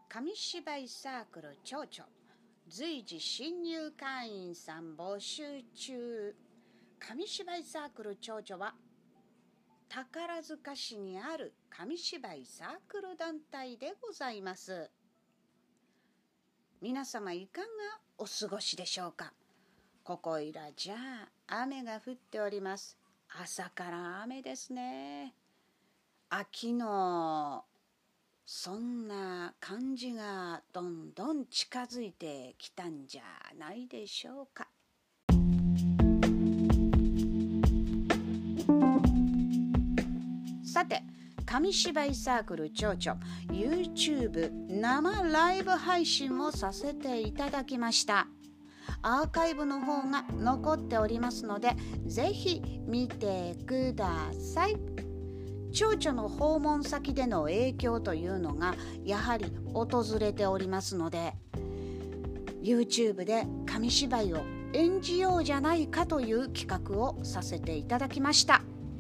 紙芝居サークル蝶々随時新入会員さん募集中。紙芝居サークル蝶々は宝塚市にある紙芝居サークル団体でございます。皆様いかがお過ごしでしょうか。ここいらじゃ雨が降っております。朝から雨ですね。秋のそんな感じがどんどん近づいてきたんじゃないでしょうか。さて、紙芝居サークル蝶々 YouTube 生ライブ配信をさせていただきました。アーカイブの方が残っておりますので、ぜひ見てください。蝶々の訪問先での影響というのがやはり訪れておりますので、 YouTube で紙芝居を演じようじゃないかという企画をさせていただきました。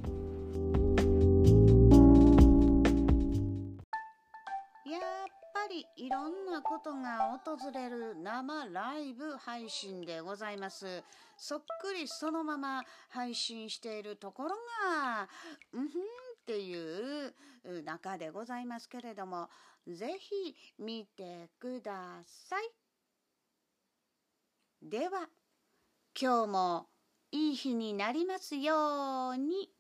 やっぱりいろんなことが訪れる生ライブ配信でございます。そっくりそのまま配信しているところがっていう中でございますけれども、ぜひ見てください。では今日もいい日になりますように。